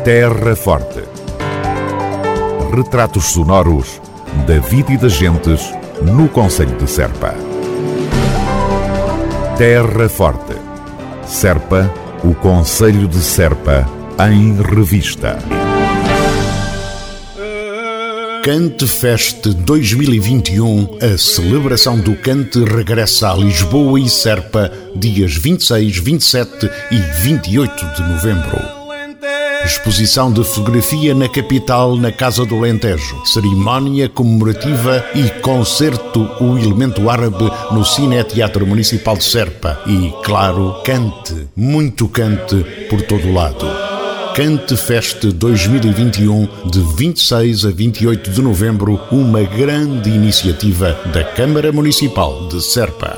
Terra Forte. Retratos sonoros da vida e das gentes no concelho de Serpa. Terra Forte. Serpa, o concelho de Serpa, em revista. Cante Fest 2021, a celebração do cante regressa a Lisboa e Serpa, dias 26, 27 e 28 de novembro. Exposição de fotografia na capital, na Casa do Alentejo. Cerimónia comemorativa e concerto O Elemento Árabe no Cine Teatro Municipal de Serpa. E, claro, cante, muito cante por todo lado. Cante Fest 2021, de 26 a 28 de novembro, uma grande iniciativa da Câmara Municipal de Serpa.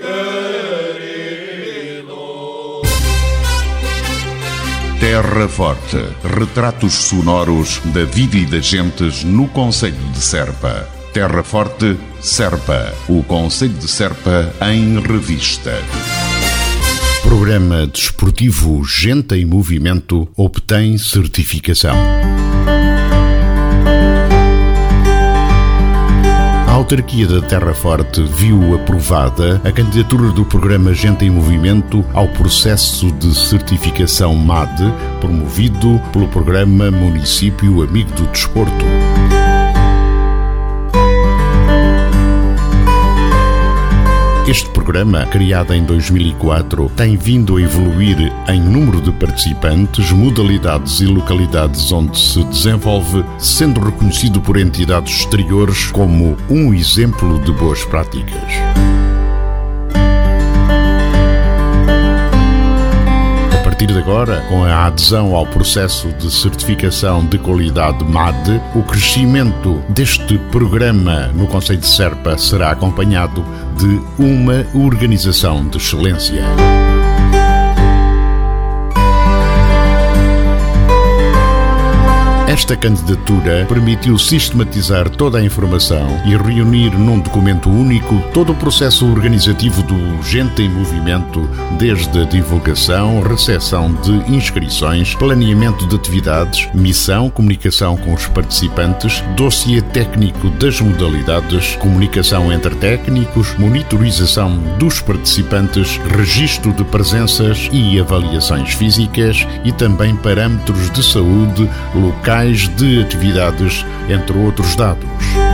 Terra Forte. Retratos sonoros da vida e das gentes no concelho de Serpa. Terra Forte, Serpa. O concelho de Serpa em revista. Programa desportivo Gente em Movimento obtém certificação. A autarquia da Terra Forte viu aprovada a candidatura do programa Gente em Movimento ao processo de certificação MAD, promovido pelo programa Município Amigo do Desporto. Este programa, criado em 2004, tem vindo a evoluir em número de participantes, modalidades e localidades onde se desenvolve, sendo reconhecido por entidades exteriores como um exemplo de boas práticas. A partir de agora, com a adesão ao processo de certificação de qualidade MAD, o crescimento deste programa no concelho de Serpa será acompanhado de uma organização de excelência. Esta candidatura permitiu sistematizar toda a informação e reunir num documento único todo o processo organizativo do Gente em Movimento, desde a divulgação, recepção de inscrições, planeamento de atividades, missão, comunicação com os participantes, dossiê técnico das modalidades, comunicação entre técnicos, monitorização dos participantes, registro de presenças e avaliações físicas e também parâmetros de saúde, locais de atividades, entre outros dados.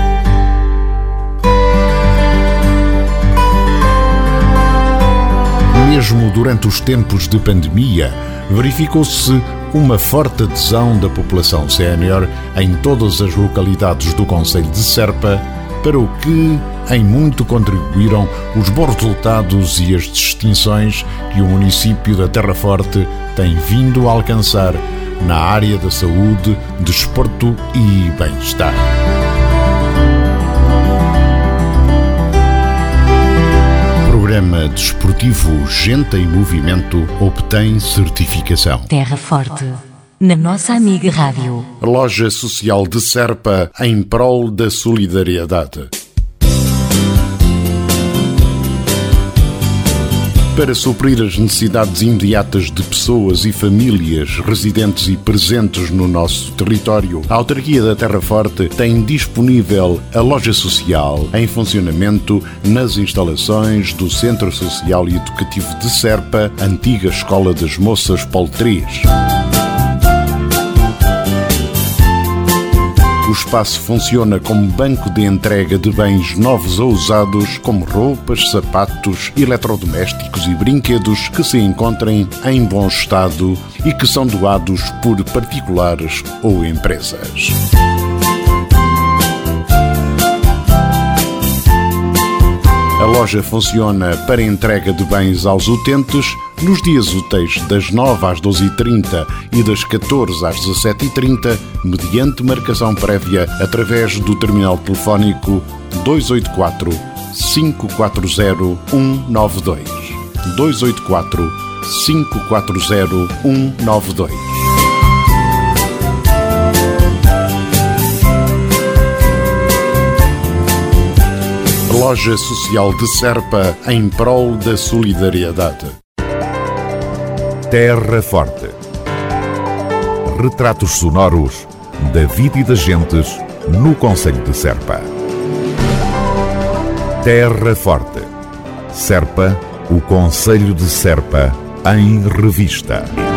Mesmo durante os tempos de pandemia, verificou-se uma forte adesão da população sénior em todas as localidades do concelho de Serpa, para o que em muito contribuíram os bons resultados e as distinções que o município da Terra Forte tem vindo a alcançar na área da saúde, desporto e bem-estar. Programa desportivo Gente em Movimento obtém certificação. Terra Forte, na nossa amiga rádio. Loja Social de Serpa, em prol da solidariedade. Para suprir as necessidades imediatas de pessoas e famílias residentes e presentes no nosso território, a autarquia da Terra Forte tem disponível a loja social em funcionamento nas instalações do Centro Social e Educativo de Serpa, antiga Escola das Moças Polo 3. O espaço funciona como banco de entrega de bens novos ou usados, como roupas, sapatos, eletrodomésticos e brinquedos que se encontrem em bom estado e que são doados por particulares ou empresas. A loja funciona para entrega de bens aos utentes nos dias úteis das 9 às 12h30 e das 14 às 17h30, mediante marcação prévia através do terminal telefónico 284 540 192. 284 540 192. Loja Social de Serpa, em prol da solidariedade. Terra Forte. retratos sonoros da vida e das gentes no concelho de Serpa. Terra Forte. Serpa, o concelho de Serpa, em revista.